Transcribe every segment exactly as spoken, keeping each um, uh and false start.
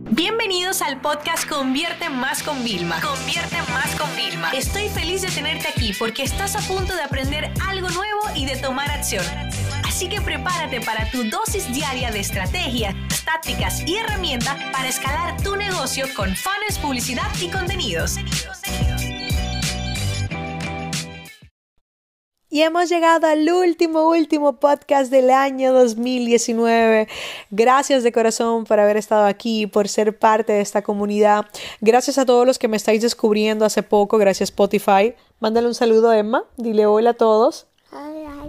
Bienvenidos al podcast Convierte Más con Vilma. Convierte Más con Vilma. Estoy feliz de tenerte aquí porque estás a punto de aprender algo nuevo y de tomar acción. Así que prepárate para tu dosis diaria de estrategias, tácticas y herramientas para escalar tu negocio con funnels, publicidad y contenidos. Y hemos llegado al último, último podcast del año dos mil diecinueve. Gracias de corazón por haber estado aquí, por ser parte de esta comunidad. Gracias a todos los que me estáis descubriendo hace poco. Gracias Spotify. Mándale un saludo a Emma. Dile hola a todos. Hola.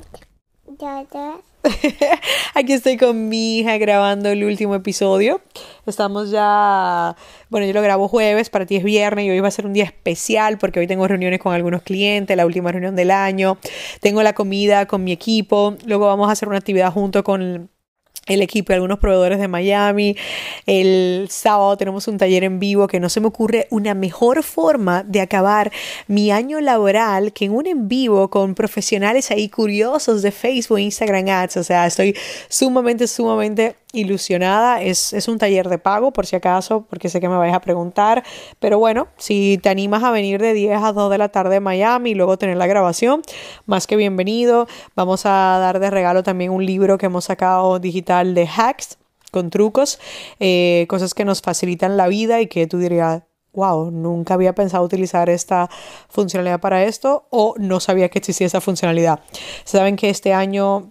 Hola. Aquí estoy con mi hija grabando el último episodio. Estamos ya, bueno, yo lo grabo jueves, para ti es viernes y hoy va a ser un día especial porque hoy tengo reuniones con algunos clientes, la última reunión del año, tengo la comida con mi equipo, luego vamos a hacer una actividad junto con el equipo y algunos proveedores de Miami. El sábado tenemos un taller en vivo que no se me ocurre una mejor forma de acabar mi año laboral que en un en vivo con profesionales ahí curiosos de Facebook e Instagram Ads. O sea, estoy sumamente, sumamente ilusionada. Es, es un taller de pago por si acaso, porque sé que me vais a preguntar. Pero bueno, si te animas a venir de diez a dos de la tarde en Miami y luego tener la grabación, más que bienvenido. Vamos a dar de regalo también un libro que hemos sacado digital de hacks con trucos, eh, cosas que nos facilitan la vida y que tú dirías, wow, nunca había pensado utilizar esta funcionalidad para esto o no sabía que existía esa funcionalidad. Saben que este año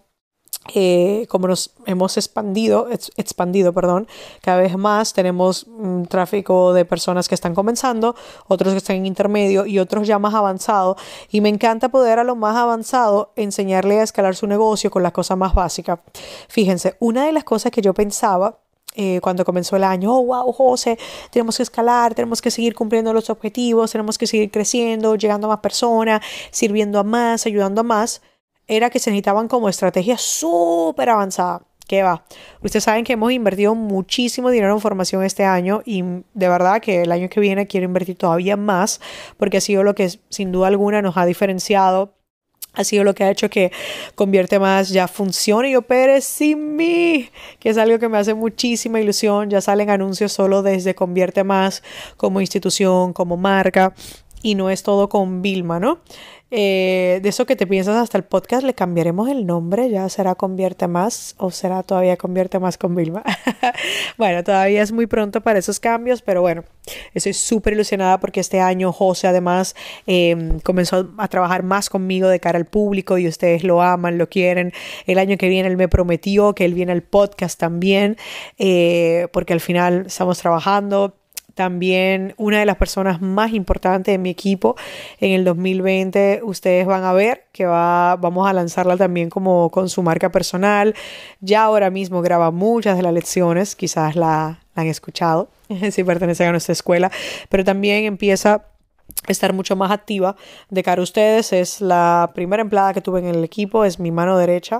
Eh, como nos hemos expandido, ex- expandido, perdón, cada vez más tenemos un tráfico de personas que están comenzando, otros que están en intermedio y otros ya más avanzados, y me encanta poder a los más avanzados enseñarle a escalar su negocio con las cosas más básicas. Fíjense, una de las cosas que yo pensaba Eh, cuando comenzó el año, oh wow, José, tenemos que escalar, tenemos que seguir cumpliendo los objetivos, tenemos que seguir creciendo, llegando a más personas, sirviendo a más, ayudando a más, era que se necesitaban como estrategias súper avanzadas. ¿Qué va? Ustedes saben que hemos invertido muchísimo dinero en formación este año y de verdad que el año que viene quiero invertir todavía más porque ha sido lo que sin duda alguna nos ha diferenciado. Ha sido lo que ha hecho que Convierte Más ya funcione y opere sin mí, que es algo que me hace muchísima ilusión. Ya salen anuncios solo desde Convierte Más como institución, como marca, y no es todo con Vilma, ¿no? Eh, de eso que te piensas hasta el podcast, ¿le cambiaremos el nombre? ¿Ya será Convierte Más o será todavía Convierte Más con Vilma? Bueno, todavía es muy pronto para esos cambios, pero bueno, estoy súper ilusionada porque este año José además eh, comenzó a trabajar más conmigo de cara al público y ustedes lo aman, lo quieren. El año que viene él me prometió que él viene al podcast también, eh, porque al final estamos trabajando. También una de las personas más importantes de mi equipo en el dos mil veinte, ustedes van a ver que va, vamos a lanzarla también como con su marca personal. Ya ahora mismo graba muchas de las lecciones, quizás la, la han escuchado si pertenecen a nuestra escuela, pero también empieza a estar mucho más activa de cara a ustedes. Es la primera empleada que tuve en el equipo, es mi mano derecha.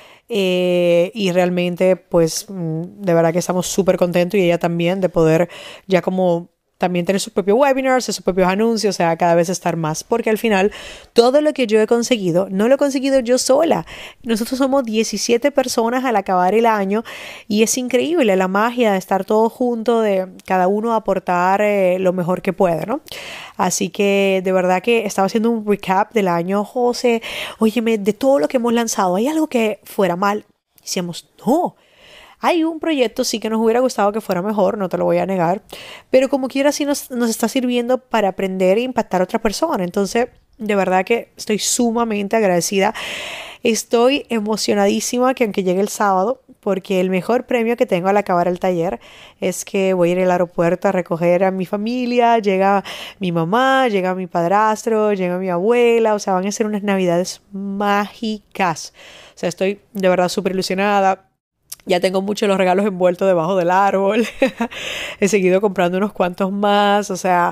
Eh, y realmente pues de verdad que estamos súper contentos y ella también de poder ya como también tener sus propios webinars, sus propios anuncios, o sea, cada vez estar más, porque al final todo lo que yo he conseguido, no lo he conseguido yo sola. Nosotros somos diecisiete personas al acabar el año y es increíble la magia de estar todos juntos, de cada uno aportar eh, lo mejor que puede, ¿no? Así que de verdad que estaba haciendo un recap del año, José, óyeme, de todo lo que hemos lanzado, ¿hay algo que fuera mal? Decíamos, no. Hay un proyecto sí que nos hubiera gustado que fuera mejor, no te lo voy a negar, pero como quiera sí nos, nos está sirviendo para aprender e impactar a otra persona. Entonces, de verdad que estoy sumamente agradecida. Estoy emocionadísima que aunque llegue el sábado, porque el mejor premio que tengo al acabar el taller es que voy a ir al aeropuerto a recoger a mi familia, llega mi mamá, llega mi padrastro, llega mi abuela, o sea, van a ser unas navidades mágicas. O sea, estoy de verdad súper ilusionada. Ya tengo muchos los regalos envueltos debajo del árbol. He seguido comprando unos cuantos más. O sea,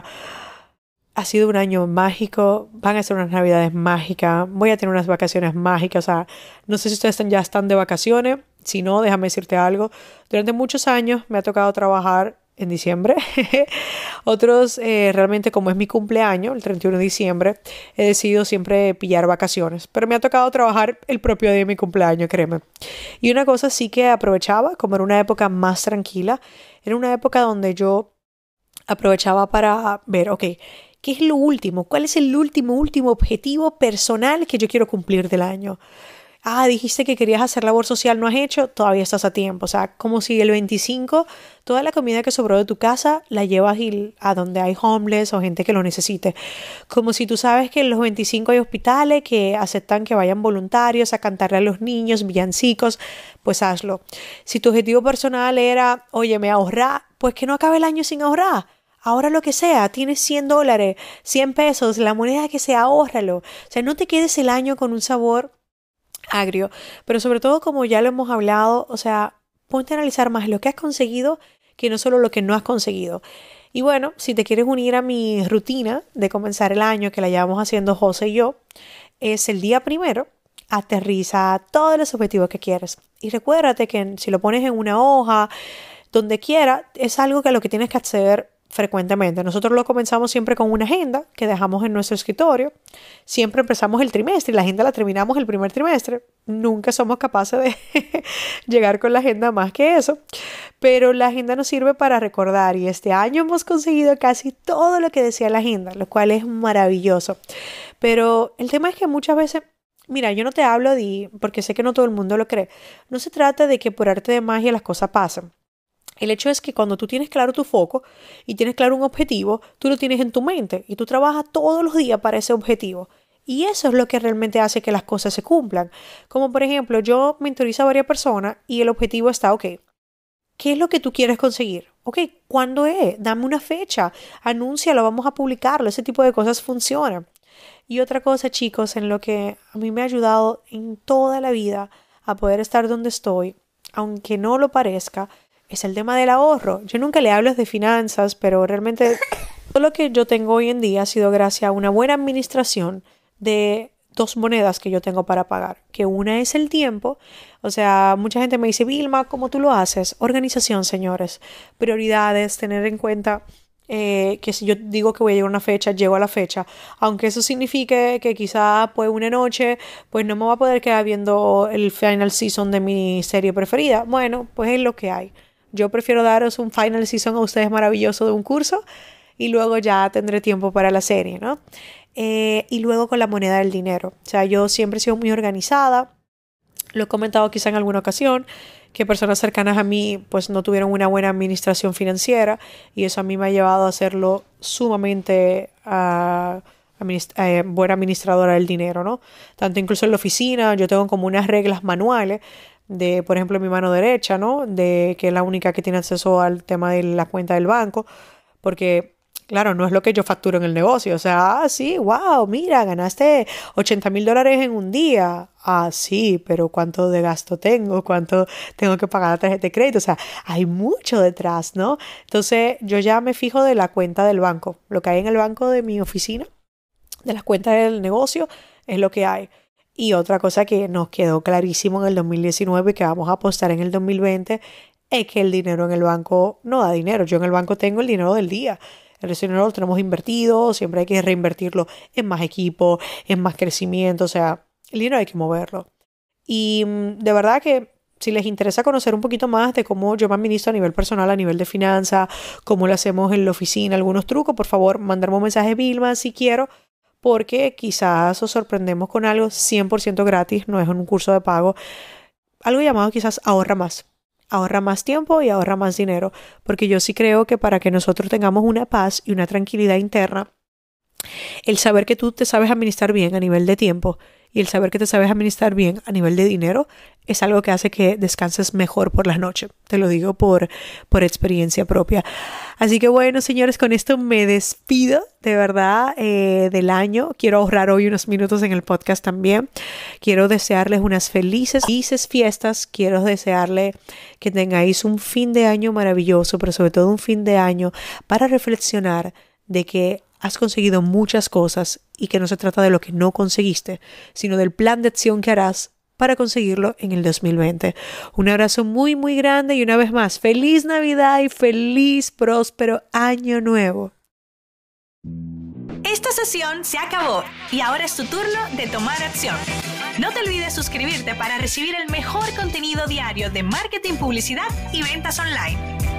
ha sido un año mágico. Van a ser unas navidades mágicas. Voy a tener unas vacaciones mágicas. O sea, no sé si ustedes están, ya están de vacaciones. Si no, déjame decirte algo. Durante muchos años me ha tocado trabajar en diciembre. Otros, eh, realmente como es mi cumpleaños, el treinta y uno de diciembre, he decidido siempre pillar vacaciones. Pero me ha tocado trabajar el propio día de mi cumpleaños, créeme. Y una cosa sí que aprovechaba, como era una época más tranquila, era una época donde yo aprovechaba para ver, ok, ¿qué es lo último? ¿Cuál es el último, último objetivo personal que yo quiero cumplir del año? Ah, dijiste que querías hacer labor social, no has hecho, todavía estás a tiempo. O sea, como si el veinticinco, toda la comida que sobró de tu casa la llevas a donde hay homeless o gente que lo necesite. Como si tú sabes que en los veinticinco hay hospitales que aceptan que vayan voluntarios a cantarle a los niños, villancicos, pues hazlo. Si tu objetivo personal era, oye, me ahorrar, pues que no acabe el año sin ahorrar. Ahora lo que sea, tienes cien dólares, cien pesos, la moneda que sea, ahórralo. O sea, no te quedes el año con un sabor agrio, pero sobre todo, como ya lo hemos hablado, o sea, ponte a analizar más lo que has conseguido que no solo lo que no has conseguido. Y bueno, si te quieres unir a mi rutina de comenzar el año, que la llevamos haciendo José y yo, es el día primero, aterriza todos los objetivos que quieres. Y recuérdate que si lo pones en una hoja, donde quiera, es algo que a lo que tienes que acceder frecuentemente. Nosotros lo comenzamos siempre con una agenda que dejamos en nuestro escritorio. Siempre empezamos el trimestre y la agenda la terminamos el primer trimestre. Nunca somos capaces de llegar con la agenda más que eso. Pero la agenda nos sirve para recordar, y este año hemos conseguido casi todo lo que decía la agenda, lo cual es maravilloso. Pero el tema es que muchas veces, mira, yo no te hablo de, porque sé que no todo el mundo lo cree, no se trata de que por arte de magia las cosas pasen. El hecho es que cuando tú tienes claro tu foco y tienes claro un objetivo, tú lo tienes en tu mente y tú trabajas todos los días para ese objetivo. Y eso es lo que realmente hace que las cosas se cumplan. Como por ejemplo, yo mentorizo a varias personas y el objetivo está, ok, ¿qué es lo que tú quieres conseguir? Ok, ¿cuándo es? Dame una fecha, anúncialo, vamos a publicarlo. Ese tipo de cosas funcionan. Y otra cosa, chicos, en lo que a mí me ha ayudado en toda la vida a poder estar donde estoy, aunque no lo parezca, es el tema del ahorro. Yo nunca le hablo de finanzas, pero realmente todo lo que yo tengo hoy en día ha sido gracias a una buena administración de dos monedas que yo tengo para pagar. Que una es el tiempo. O sea, mucha gente me dice, Vilma, ¿cómo tú lo haces? Organización, señores. Prioridades, tener en cuenta eh, que si yo digo que voy a llegar a una fecha, llego a la fecha. Aunque eso signifique que quizá pues una noche pues no me voy a poder quedar viendo el final season de mi serie preferida. Bueno, pues es lo que hay. Yo prefiero daros un final season a ustedes maravilloso de un curso y luego ya tendré tiempo para la serie, ¿no? Eh, y luego con la moneda del dinero. O sea, yo siempre he sido muy organizada. Lo he comentado quizá en alguna ocasión, que personas cercanas a mí pues no tuvieron una buena administración financiera y eso a mí me ha llevado a hacerlo sumamente uh, administ- eh, buena administradora del dinero, ¿no? Tanto incluso en la oficina yo tengo como unas reglas manuales de, por ejemplo, mi mano derecha, ¿no? De que es la única que tiene acceso al tema de la cuenta del banco, porque, claro, no es lo que yo facturo en el negocio. O sea, ah, sí, wow, mira, ganaste ochenta mil dólares en un día. Ah, sí, pero ¿cuánto de gasto tengo? ¿Cuánto tengo que pagar la tarjeta de crédito? O sea, hay mucho detrás, ¿no? Entonces, yo ya me fijo de la cuenta del banco. Lo que hay en el banco de mi oficina, de las cuentas del negocio, es lo que hay. Y otra cosa que nos quedó clarísimo en el dos mil diecinueve y que vamos a apostar en el dos mil veinte es que el dinero en el banco no da dinero. Yo en el banco tengo el dinero del día. El resto del dinero lo tenemos invertido, siempre hay que reinvertirlo en más equipo, en más crecimiento. O sea, el dinero hay que moverlo. Y de verdad que si les interesa conocer un poquito más de cómo yo me administro a nivel personal, a nivel de finanzas, cómo lo hacemos en la oficina, algunos trucos, por favor, mandarme un mensaje, Vilma, si quiero, porque quizás os sorprendemos con algo cien por ciento gratis, no es un curso de pago, algo llamado quizás ahorra más. Ahorra más tiempo y ahorra más dinero, porque yo sí creo que para que nosotros tengamos una paz y una tranquilidad interna, el saber que tú te sabes administrar bien a nivel de tiempo y el saber que te sabes administrar bien a nivel de dinero es algo que hace que descanses mejor por las noches. Te lo digo por, por experiencia propia. Así que bueno, señores, con esto me despido de verdad eh, del año. Quiero ahorrar hoy unos minutos en el podcast también. Quiero desearles unas felices, felices fiestas. Quiero desearles que tengáis un fin de año maravilloso, pero sobre todo un fin de año para reflexionar de que has conseguido muchas cosas y que no se trata de lo que no conseguiste, sino del plan de acción que harás para conseguirlo en el dos mil veinte. Un abrazo muy, muy grande y una vez más, feliz Navidad y feliz, próspero año nuevo. Esta sesión se acabó y ahora es tu turno de tomar acción. No te olvides suscribirte para recibir el mejor contenido diario de marketing, publicidad y ventas online.